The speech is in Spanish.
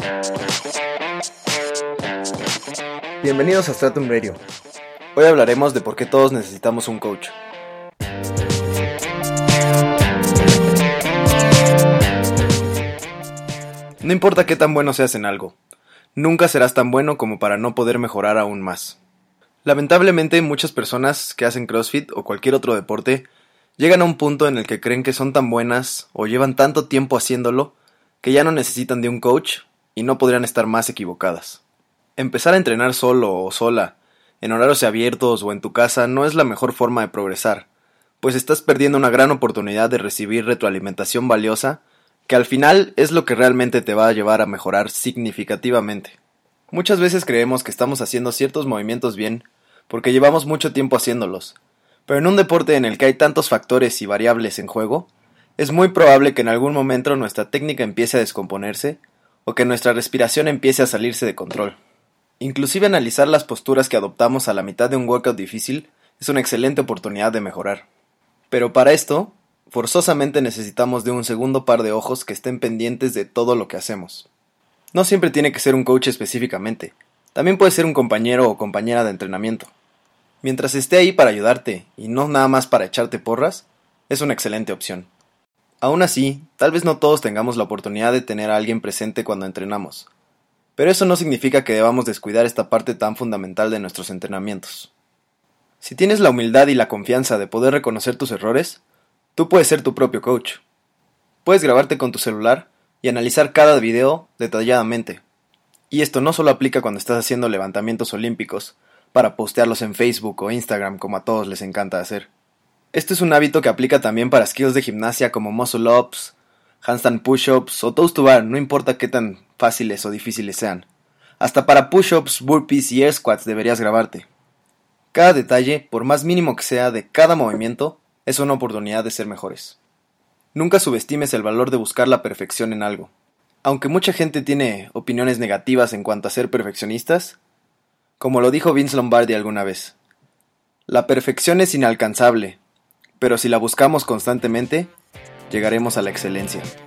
Bienvenidos a Stratum Radio. Hoy hablaremos de por qué todos necesitamos un coach. No importa qué tan bueno seas en algo, nunca serás tan bueno como para no poder mejorar aún más. Lamentablemente, muchas personas que hacen CrossFit o cualquier otro deporte llegan a un punto en el que creen que son tan buenas o llevan tanto tiempo haciéndolo que ya no necesitan de un coach y no podrían estar más equivocadas. Empezar a entrenar solo o sola, en horarios abiertos o en tu casa, no es la mejor forma de progresar, pues estás perdiendo una gran oportunidad de recibir retroalimentación valiosa que al final es lo que realmente te va a llevar a mejorar significativamente. Muchas veces creemos que estamos haciendo ciertos movimientos bien porque llevamos mucho tiempo haciéndolos, pero en un deporte en el que hay tantos factores y variables en juego, es muy probable que en algún momento nuestra técnica empiece a descomponerse o que nuestra respiración empiece a salirse de control. Inclusive analizar las posturas que adoptamos a la mitad de un workout difícil es una excelente oportunidad de mejorar. Pero para esto, forzosamente necesitamos de un segundo par de ojos que estén pendientes de todo lo que hacemos. No siempre tiene que ser un coach específicamente, también puede ser un compañero o compañera de entrenamiento. Mientras esté ahí para ayudarte y no nada más para echarte porras, es una excelente opción. Aún así, tal vez no todos tengamos la oportunidad de tener a alguien presente cuando entrenamos. Pero eso no significa que debamos descuidar esta parte tan fundamental de nuestros entrenamientos. Si tienes la humildad y la confianza de poder reconocer tus errores, tú puedes ser tu propio coach. Puedes grabarte con tu celular y analizar cada video detalladamente. Y esto no solo aplica cuando estás haciendo levantamientos olímpicos, para postearlos en Facebook o Instagram como a todos les encanta hacer. Esto es un hábito que aplica también para skills de gimnasia como muscle ups, handstand push-ups o toes to bar, no importa qué tan fáciles o difíciles sean. Hasta para push-ups, burpees y air squats deberías grabarte. Cada detalle, por más mínimo que sea de cada movimiento, es una oportunidad de ser mejores. Nunca subestimes el valor de buscar la perfección en algo. Aunque mucha gente tiene opiniones negativas en cuanto a ser perfeccionistas, como lo dijo Vince Lombardi alguna vez, la perfección es inalcanzable, pero si la buscamos constantemente, llegaremos a la excelencia.